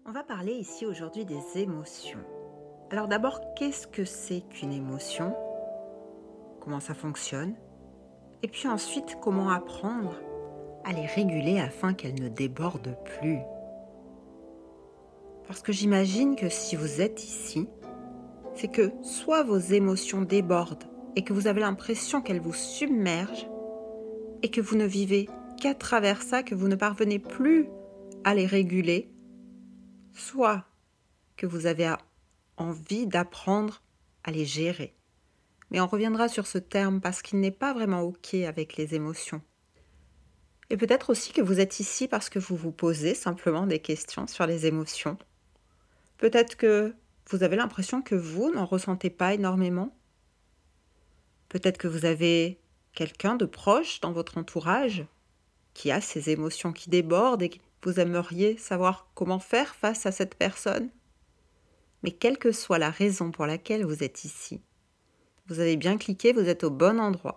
On va parler ici aujourd'hui des émotions. Alors d'abord, qu'est-ce que c'est qu'une émotion? Comment ça fonctionne? Et puis ensuite, comment apprendre à les réguler afin qu'elles ne débordent plus? Parce que j'imagine que si vous êtes ici, c'est que soit vos émotions débordent et que vous avez l'impression qu'elles vous submergent et que vous ne vivez qu'à travers ça, que vous ne parvenez plus à les réguler, soit que vous avez envie d'apprendre à les gérer. Mais on reviendra sur ce terme parce qu'il n'est pas vraiment OK avec les émotions. Et peut-être aussi que vous êtes ici parce que vous vous posez simplement des questions sur les émotions. Peut-être que vous avez l'impression que vous n'en ressentez pas énormément. Peut-être que vous avez quelqu'un de proche dans votre entourage qui a ces émotions qui débordent et que vous aimeriez savoir comment faire face à cette personne. Mais quelle que soit la raison pour laquelle vous êtes ici, vous avez bien cliqué, vous êtes au bon endroit.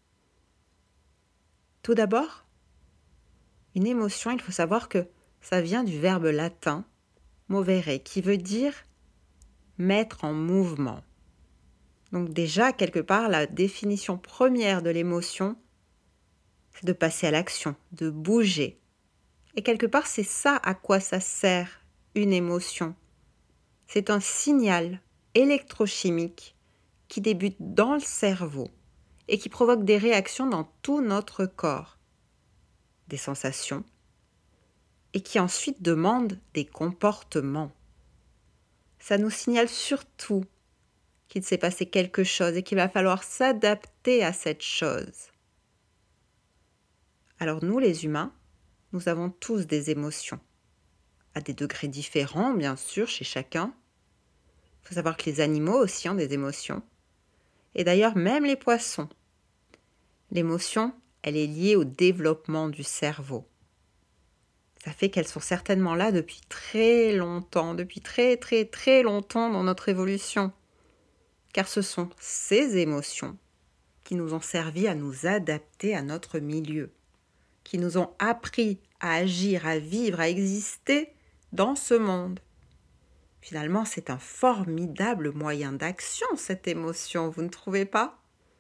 Tout d'abord, une émotion, il faut savoir que ça vient du verbe latin movere, qui veut dire mettre en mouvement. Donc déjà, quelque part, la définition première de l'émotion, c'est de passer à l'action, de bouger. Et quelque part, c'est ça à quoi ça sert une émotion. C'est un signal électrochimique qui débute dans le cerveau et qui provoque des réactions dans tout notre corps, des sensations, et qui ensuite demande des comportements. Ça nous signale surtout qu'il s'est passé quelque chose et qu'il va falloir s'adapter à cette chose. Alors nous, les humains, nous avons tous des émotions, à des degrés différents, bien sûr, chez chacun. Il faut savoir que les animaux aussi ont des émotions. Et d'ailleurs, même les poissons. L'émotion, elle est liée au développement du cerveau. Ça fait qu'elles sont certainement là depuis très longtemps, depuis très très très longtemps dans notre évolution. Car ce sont ces émotions qui nous ont servi à nous adapter à notre milieu, qui nous ont appris à agir, à vivre, à exister dans ce monde. Finalement, c'est un formidable moyen d'action, cette émotion, vous ne trouvez pas?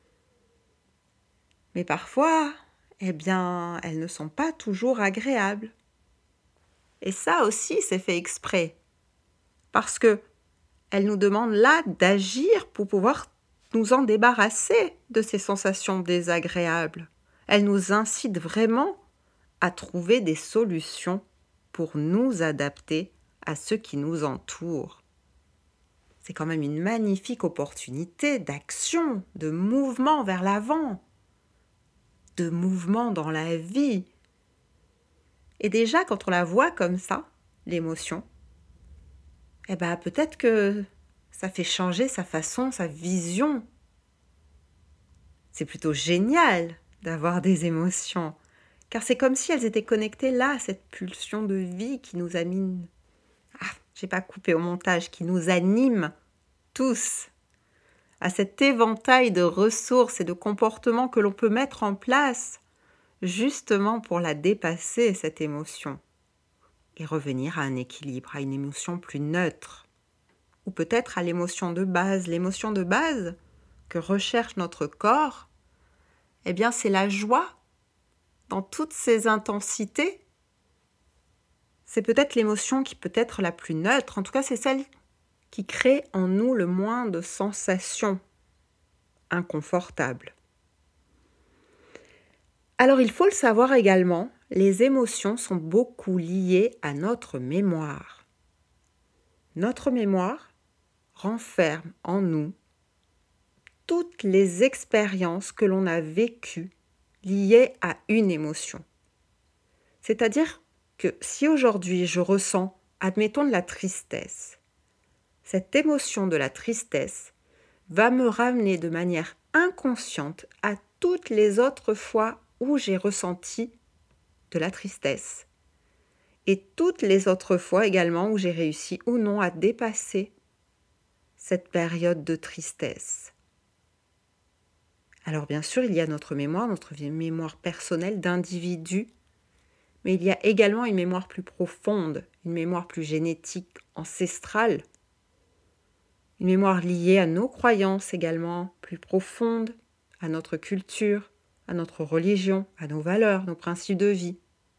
Mais parfois, elles ne sont pas toujours agréables. Et ça aussi, c'est fait exprès. Parce que elles nous demandent là d'agir pour pouvoir nous en débarrasser de ces sensations désagréables. Elles nous incitent vraiment à trouver des solutions pour nous adapter à ce qui nous entoure. C'est quand même une magnifique opportunité d'action, de mouvement vers l'avant, de mouvement dans la vie. Et déjà, quand on la voit comme ça, l'émotion, peut-être que ça fait changer sa façon, sa vision. C'est plutôt génial d'avoir des émotions, car c'est comme si elles étaient connectées là, à cette pulsion de vie qui nous anime. J'ai pas coupé au montage, qui nous anime tous, à cet éventail de ressources et de comportements que l'on peut mettre en place, justement pour la dépasser, cette émotion, et revenir à un équilibre, à une émotion plus neutre. Ou peut-être à l'émotion de base que recherche notre corps, c'est la joie dans toutes ses intensités. C'est peut-être l'émotion qui peut être la plus neutre, en tout cas c'est celle qui crée en nous le moins de sensations inconfortables. Alors il faut le savoir également, les émotions sont beaucoup liées à notre mémoire. Notre mémoire renferme en nous toutes les expériences que l'on a vécues liées à une émotion. C'est-à-dire que si aujourd'hui je ressens, admettons, de la tristesse, cette émotion de la tristesse va me ramener de manière inconsciente à toutes les autres fois où j'ai ressenti de la tristesse. Et toutes les autres fois également où j'ai réussi ou non à dépasser cette période de tristesse. Alors bien sûr, il y a notre mémoire personnelle d'individu, Mais il y a également une mémoire plus profonde, une mémoire plus génétique, ancestrale, une mémoire liée à nos croyances également, plus profonde, à notre culture, à notre religion, à nos valeurs, nos principes de vie.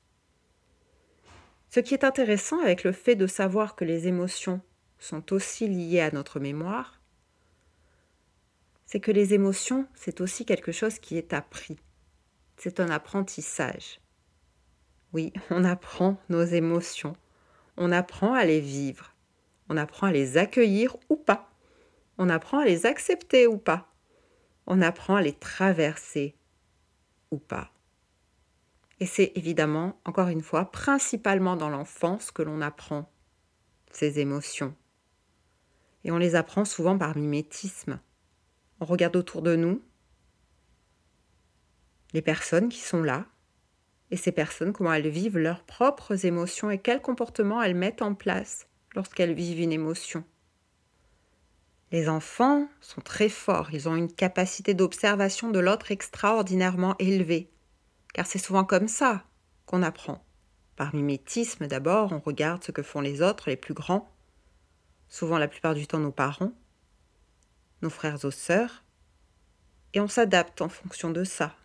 Ce qui est intéressant avec le fait de savoir que les émotions sont aussi liées à notre mémoire, c'est que les émotions, c'est aussi quelque chose qui est appris. C'est un apprentissage. Oui, on apprend nos émotions. On apprend à les vivre. On apprend à les accueillir ou pas. On apprend à les accepter ou pas. On apprend à les traverser ou pas. Et c'est évidemment, encore une fois, principalement dans l'enfance que l'on apprend ces émotions. Et on les apprend souvent par mimétisme. On regarde autour de nous les personnes qui sont là, et ces personnes, comment elles vivent leurs propres émotions et quels comportements elles mettent en place lorsqu'elles vivent une émotion. Les enfants sont très forts, ils ont une capacité d'observation de l'autre extraordinairement élevée, car c'est souvent comme ça qu'on apprend. Par mimétisme d'abord, on regarde ce que font les autres, les plus grands, souvent la plupart du temps nos parents, nos frères ou sœurs, et on s'adapte en fonction de ça.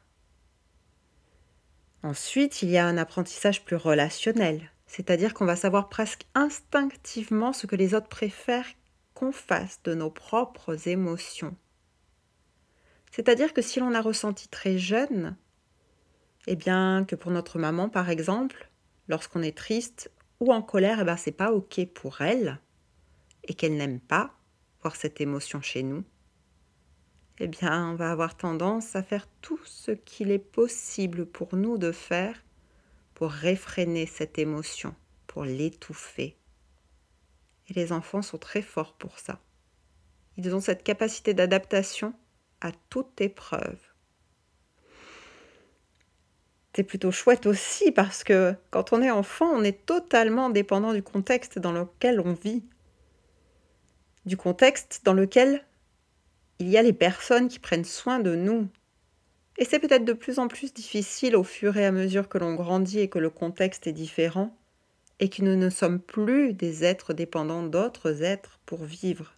Ensuite, il y a un apprentissage plus relationnel, c'est-à-dire qu'on va savoir presque instinctivement ce que les autres préfèrent qu'on fasse de nos propres émotions. C'est-à-dire que si l'on a ressenti très jeune, eh bien que pour notre maman par exemple, lorsqu'on est triste ou en colère, c'est pas ok pour elle et qu'elle n'aime pas voir cette émotion chez nous, eh bien on va avoir tendance à faire tout ce qu'il est possible pour nous de faire pour réfréner cette émotion, pour l'étouffer. Et les enfants sont très forts pour ça. Ils ont cette capacité d'adaptation à toute épreuve. C'est plutôt chouette aussi parce que quand on est enfant, on est totalement dépendant du contexte dans lequel on vit. Du contexte dans lequel il y a les personnes qui prennent soin de nous. Et c'est peut-être de plus en plus difficile au fur et à mesure que l'on grandit et que le contexte est différent et que nous ne sommes plus des êtres dépendants d'autres êtres pour vivre.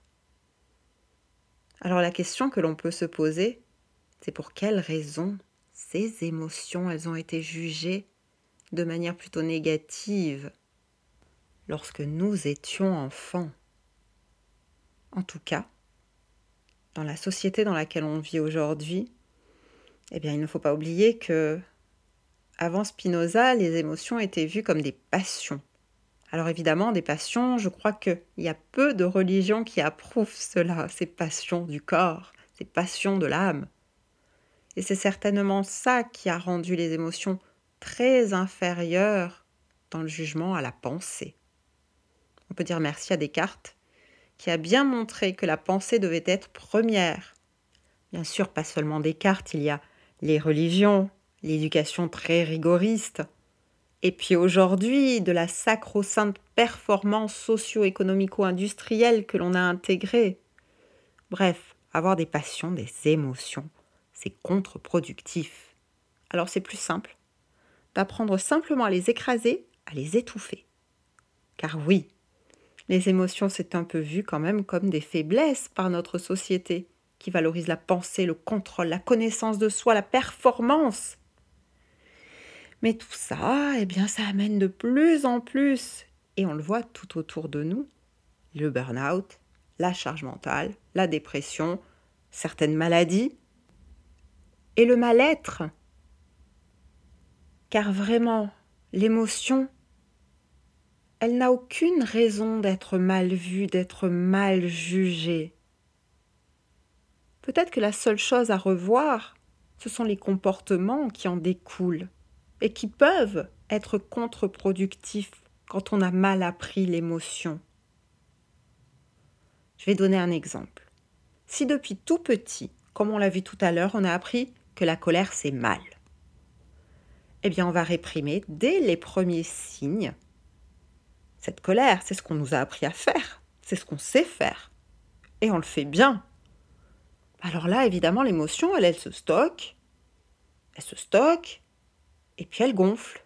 Alors la question que l'on peut se poser, c'est pour quelles raisons ces émotions, elles ont été jugées de manière plutôt négative lorsque nous étions enfants. En tout cas, dans la société dans laquelle on vit aujourd'hui, il ne faut pas oublier que avant Spinoza, les émotions étaient vues comme des passions. Alors évidemment, des passions, je crois qu'il y a peu de religions qui approuvent cela, ces passions du corps, ces passions de l'âme. Et c'est certainement ça qui a rendu les émotions très inférieures dans le jugement à la pensée. On peut dire merci à Descartes, qui a bien montré que la pensée devait être première. Bien sûr, pas seulement Descartes, il y a les religions, l'éducation très rigoriste, et puis aujourd'hui, de la sacro-sainte performance socio-économico-industrielle que l'on a intégrée. Bref, avoir des passions, des émotions, c'est contre-productif. Alors c'est plus simple d'apprendre simplement à les écraser, à les étouffer. Car oui, les émotions, c'est un peu vu quand même comme des faiblesses par notre société, qui valorise la pensée, le contrôle, la connaissance de soi, la performance. Mais tout ça, ça amène de plus en plus, et on le voit tout autour de nous, le burn-out, la charge mentale, la dépression, certaines maladies, et le mal-être. Car vraiment, l'émotion, elle n'a aucune raison d'être mal vue, d'être mal jugée. Peut-être que la seule chose à revoir, ce sont les comportements qui en découlent et qui peuvent être contre-productifs quand on a mal appris l'émotion. Je vais donner un exemple. Si depuis tout petit, comme on l'a vu tout à l'heure, on a appris que la colère c'est mal, on va réprimer dès les premiers signes. Cette colère, c'est ce qu'on nous a appris à faire, c'est ce qu'on sait faire, et on le fait bien. Alors là, évidemment, l'émotion, elle se stocke, et puis elle gonfle,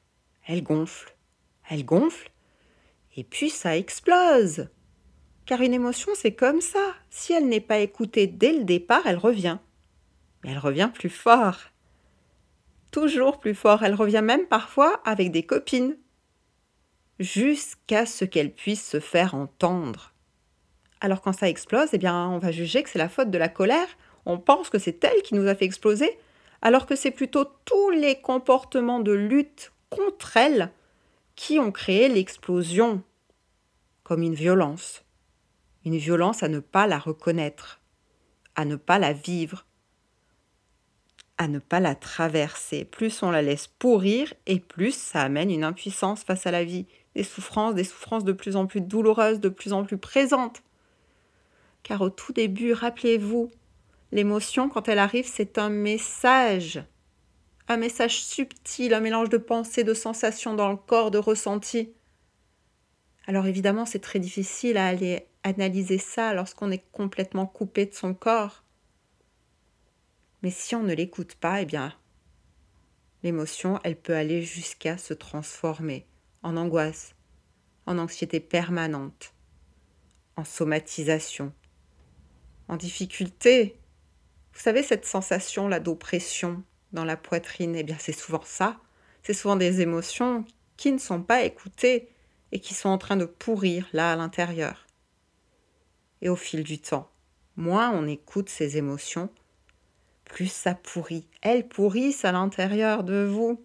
elle gonfle, et puis ça explose. Car une émotion, c'est comme ça. Si elle n'est pas écoutée dès le départ, elle revient. Mais elle revient plus fort. Toujours plus fort. Elle revient même parfois avec des copines. Jusqu'à ce qu'elle puisse se faire entendre. Alors quand ça explose, eh bien, on va juger que c'est la faute de la colère. On pense que c'est elle qui nous a fait exploser, alors que c'est plutôt tous les comportements de lutte contre elle qui ont créé l'explosion, comme une violence à ne pas la reconnaître, à ne pas la vivre, à ne pas la traverser. Plus on la laisse pourrir et plus ça amène une impuissance face à la vie, des souffrances de plus en plus douloureuses, de plus en plus présentes. Car au tout début, rappelez-vous, l'émotion, quand elle arrive, c'est un message subtil, un mélange de pensées, de sensations dans le corps, de ressentis. Alors évidemment, c'est très difficile à aller analyser ça lorsqu'on est complètement coupé de son corps. Mais si on ne l'écoute pas, eh bien, l'émotion, elle peut aller jusqu'à se transformer en angoisse, en anxiété permanente, en somatisation, en difficulté. Vous savez, cette sensation-là d'oppression dans la poitrine, eh bien, c'est souvent ça. C'est souvent des émotions qui ne sont pas écoutées et qui sont en train de pourrir là à l'intérieur. Et au fil du temps, moins on écoute ces émotions, plus ça pourrit. Elles pourrissent à l'intérieur de vous.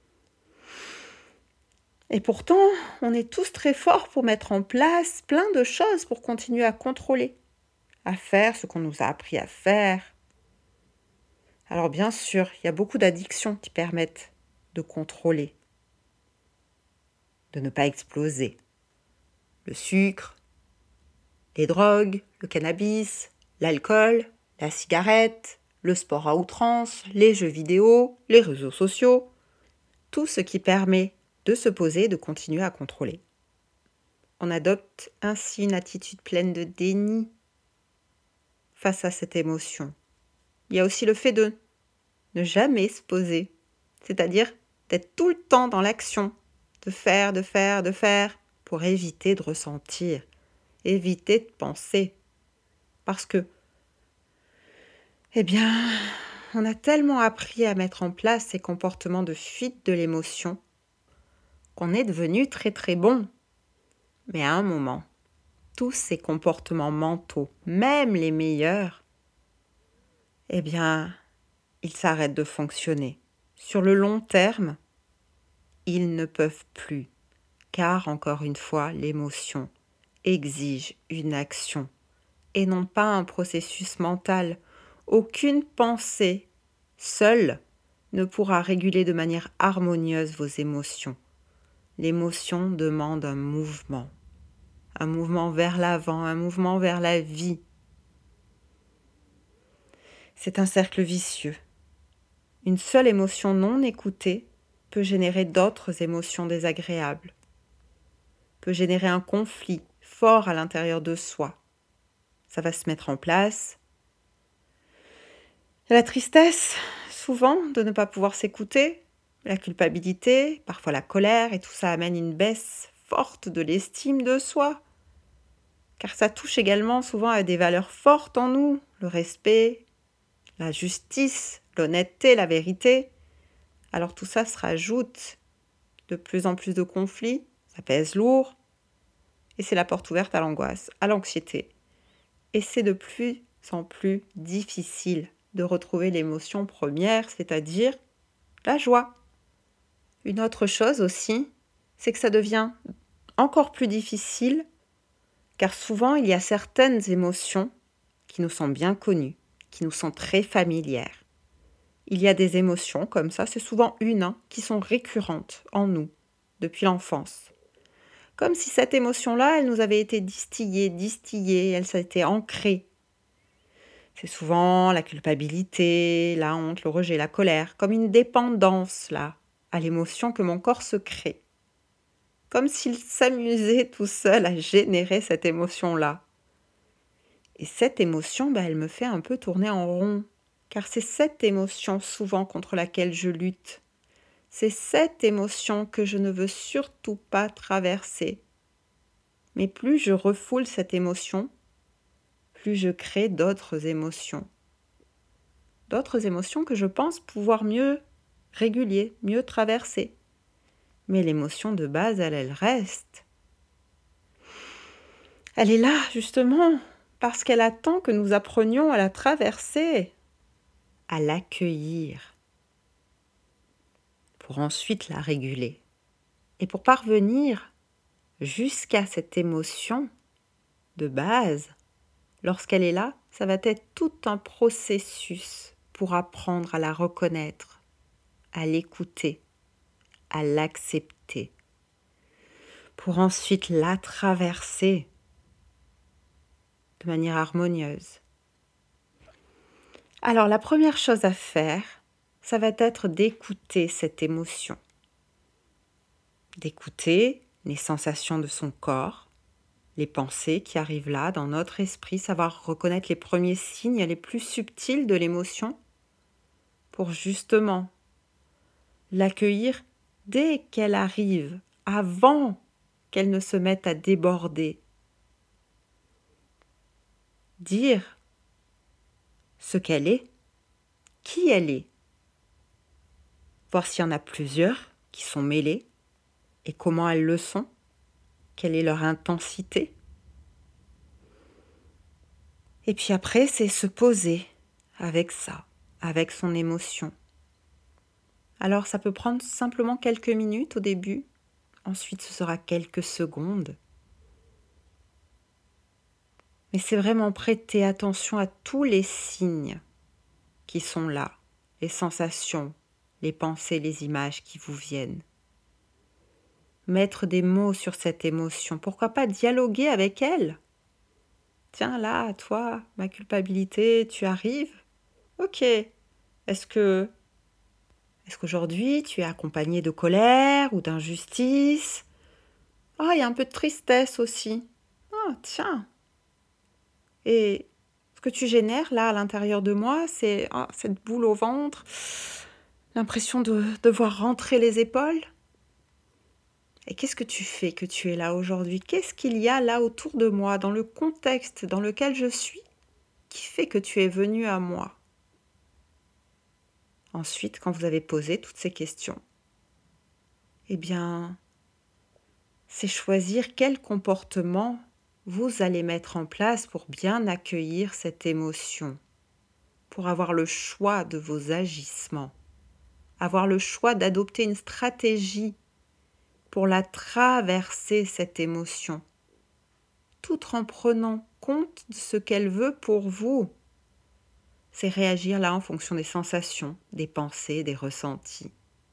Et pourtant, on est tous très forts pour mettre en place plein de choses pour continuer à contrôler, à faire ce qu'on nous a appris à faire. Alors bien sûr, il y a beaucoup d'addictions qui permettent de contrôler, de ne pas exploser. Le sucre, les drogues, le cannabis, l'alcool, la cigarette, le sport à outrance, les jeux vidéo, les réseaux sociaux, tout ce qui permet de se poser et de continuer à contrôler. On adopte ainsi une attitude pleine de déni face à cette émotion. Il y a aussi le fait de ne jamais se poser, c'est-à-dire d'être tout le temps dans l'action, de faire, pour éviter de ressentir, éviter de penser. Parce que, eh bien, on a tellement appris à mettre en place ces comportements de fuite de l'émotion qu'on est devenu très très bon. Mais à un moment, tous ces comportements mentaux, même les meilleurs, eh bien, ils s'arrêtent de fonctionner. Sur le long terme, ils ne peuvent plus, car encore une fois, l'émotion exige une action et non pas un processus mental. Aucune pensée seule ne pourra réguler de manière harmonieuse vos émotions. L'émotion demande un mouvement vers l'avant, un mouvement vers la vie. C'est un cercle vicieux. Une seule émotion non écoutée peut générer d'autres émotions désagréables, peut générer un conflit fort à l'intérieur de soi. Ça va se mettre en place. La tristesse, souvent, de ne pas pouvoir s'écouter, la culpabilité, parfois la colère, et tout ça amène une baisse forte de l'estime de soi. Car ça touche également souvent à des valeurs fortes en nous, le respect, la justice, l'honnêteté, la vérité. Alors tout ça se rajoute, de plus en plus de conflits, ça pèse lourd, et c'est la porte ouverte à l'angoisse, à l'anxiété. Et c'est de plus en plus difficile de retrouver l'émotion première, c'est-à-dire la joie. Une autre chose aussi, c'est que ça devient encore plus difficile, car souvent il y a certaines émotions qui nous sont bien connues, qui nous sont très familières. Il y a des émotions comme ça, c'est souvent qui sont récurrentes en nous depuis l'enfance. Comme si cette émotion-là, elle nous avait été distillée, elle s'était ancrée. C'est souvent la culpabilité, la honte, le rejet, la colère, comme une dépendance là, à l'émotion que mon corps se crée. Comme s'il s'amusait tout seul à générer cette émotion-là. Et cette émotion, elle me fait un peu tourner en rond, car c'est cette émotion souvent contre laquelle je lutte. c'est cette émotion que je ne veux surtout pas traverser. Mais plus je refoule cette émotion, plus je crée d'autres émotions. D'autres émotions que je pense pouvoir mieux réguler, mieux traverser. Mais l'émotion de base, elle reste. Elle est là, justement, parce qu'elle attend que nous apprenions à la traverser, à l'accueillir, pour ensuite la réguler. Et pour parvenir jusqu'à cette émotion de base, lorsqu'elle est là, ça va être tout un processus pour apprendre à la reconnaître, à l'écouter, à l'accepter, pour ensuite la traverser de manière harmonieuse. Alors la première chose à faire, ça va être d'écouter cette émotion, d'écouter les sensations de son corps, les pensées qui arrivent là dans notre esprit, savoir reconnaître les premiers signes les plus subtils de l'émotion pour justement l'accueillir dès qu'elle arrive, avant qu'elle ne se mette à déborder. Dire ce qu'elle est, qui elle est, voir s'il y en a plusieurs qui sont mêlés et comment elles le sont, quelle est leur intensité. Et puis après, c'est se poser avec ça, avec son émotion. Alors ça peut prendre simplement quelques minutes au début, ensuite ce sera quelques secondes. Mais c'est vraiment prêter attention à tous les signes qui sont là, les sensations, les pensées, les images qui vous viennent. Mettre des mots sur cette émotion, pourquoi pas dialoguer avec elle. Tiens là, toi, ma culpabilité, tu arrives ? Ok, est-ce qu'aujourd'hui tu es accompagné de colère ou d'injustice ? Ah, il y a un peu de tristesse aussi. Ah, tiens. Et ce que tu génères là à l'intérieur de moi, c'est cette boule au ventre, l'impression de devoir rentrer les épaules. Et qu'est-ce que tu fais que tu es là aujourd'hui ? Qu'est-ce qu'il y a là autour de moi, dans le contexte dans lequel je suis, qui fait que tu es venu à moi ? Ensuite, quand vous avez posé toutes ces questions, eh bien, c'est choisir quel comportement vous allez mettre en place pour bien accueillir cette émotion, pour avoir le choix de vos agissements, avoir le choix d'adopter une stratégie pour la traverser, cette émotion, tout en prenant compte de ce qu'elle veut pour vous. C'est réagir là en fonction des sensations, des pensées, des ressentis.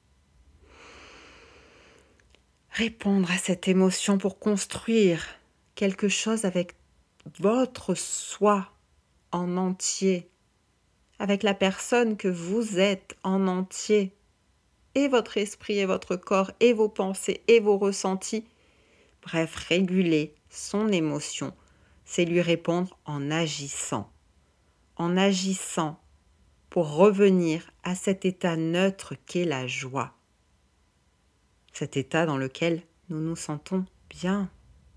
Répondre à cette émotion pour construire quelque chose avec votre soi en entier, avec la personne que vous êtes en entier, et votre esprit et votre corps et vos pensées et vos ressentis. Bref, réguler son émotion, c'est lui répondre en agissant pour revenir à cet état neutre qu'est la joie, cet état dans lequel nous nous sentons bien.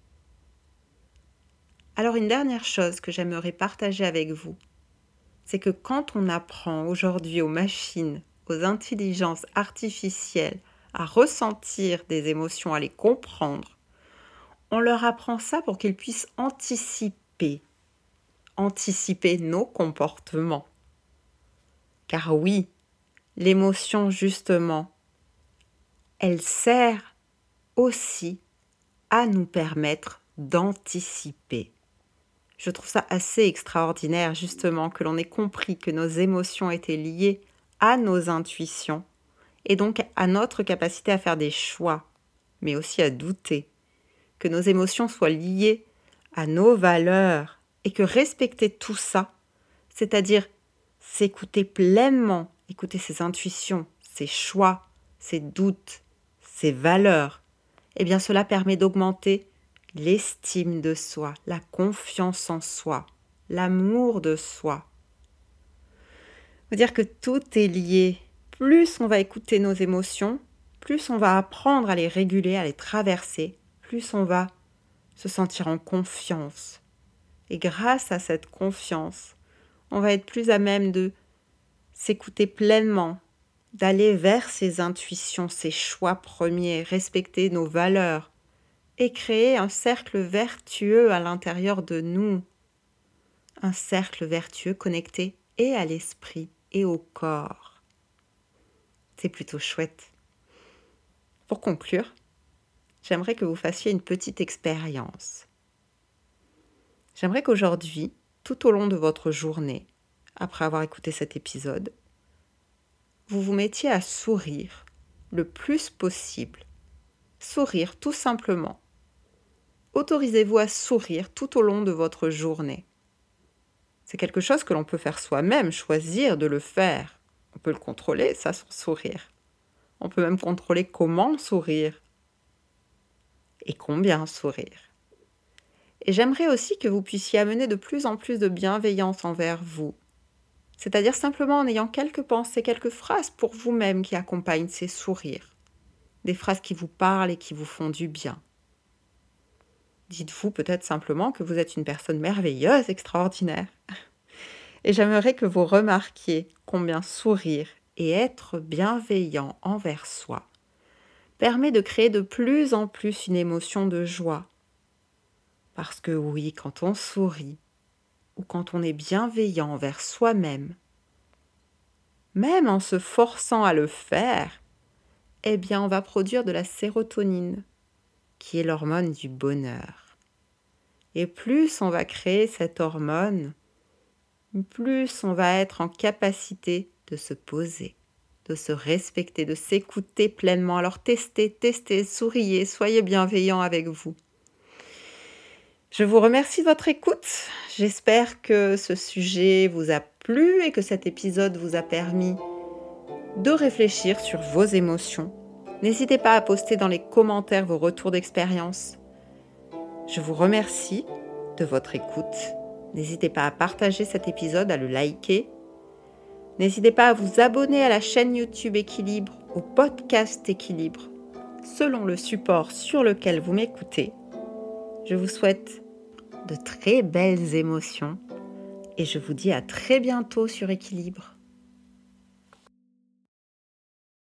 Alors une dernière chose que j'aimerais partager avec vous, c'est que quand on apprend aujourd'hui aux machines, aux intelligences artificielles à ressentir des émotions, à les comprendre, on leur apprend ça pour qu'ils puissent anticiper nos comportements. Car oui, l'émotion justement, elle sert aussi à nous permettre d'anticiper. Je trouve ça assez extraordinaire justement que l'on ait compris que nos émotions étaient liées à nos intuitions et donc à notre capacité à faire des choix, mais aussi à douter, que nos émotions soient liées à nos valeurs et que respecter tout ça, c'est-à-dire s'écouter pleinement, écouter ses intuitions, ses choix, ses doutes, ses valeurs, eh bien cela permet d'augmenter l'estime de soi, la confiance en soi, l'amour de soi. Faut dire que tout est lié. Plus on va écouter nos émotions, plus on va apprendre à les réguler, à les traverser, plus on va se sentir en confiance. Et grâce à cette confiance, on va être plus à même de s'écouter pleinement, d'aller vers ses intuitions, ses choix premiers, respecter nos valeurs et créer un cercle vertueux à l'intérieur de nous. Un cercle vertueux connecté et à l'esprit et au corps. C'est plutôt chouette. Pour conclure, j'aimerais que vous fassiez une petite expérience. J'aimerais qu'aujourd'hui, tout au long de votre journée, après avoir écouté cet épisode, vous vous mettiez à sourire le plus possible. Sourire tout simplement. Autorisez-vous à sourire tout au long de votre journée. C'est quelque chose que l'on peut faire soi-même, choisir de le faire. On peut le contrôler, ça, son sourire. On peut même contrôler comment sourire et combien sourire. Et j'aimerais aussi que vous puissiez amener de plus en plus de bienveillance envers vous. C'est-à-dire simplement en ayant quelques pensées, quelques phrases pour vous-même qui accompagnent ces sourires. Des phrases qui vous parlent et qui vous font du bien. Dites-vous peut-être simplement que vous êtes une personne merveilleuse, extraordinaire. Et j'aimerais que vous remarquiez combien sourire et être bienveillant envers soi permet de créer de plus en plus une émotion de joie. Parce que oui, quand on sourit, ou quand on est bienveillant envers soi-même, même en se forçant à le faire, eh bien on va produire de la sérotonine, qui est l'hormone du bonheur. Et plus on va créer cette hormone, plus on va être en capacité de se poser, de se respecter, de s'écouter pleinement. Alors testez, souriez, soyez bienveillants avec vous. Je vous remercie de votre écoute. J'espère que ce sujet vous a plu et que cet épisode vous a permis de réfléchir sur vos émotions. N'hésitez pas à poster dans les commentaires vos retours d'expérience. Je vous remercie de votre écoute. N'hésitez pas à partager cet épisode, à le liker. N'hésitez pas à vous abonner à la chaîne YouTube Équilibre, au podcast Équilibre, selon le support sur lequel vous m'écoutez. Je vous souhaite de très belles émotions et je vous dis à très bientôt sur Équilibre.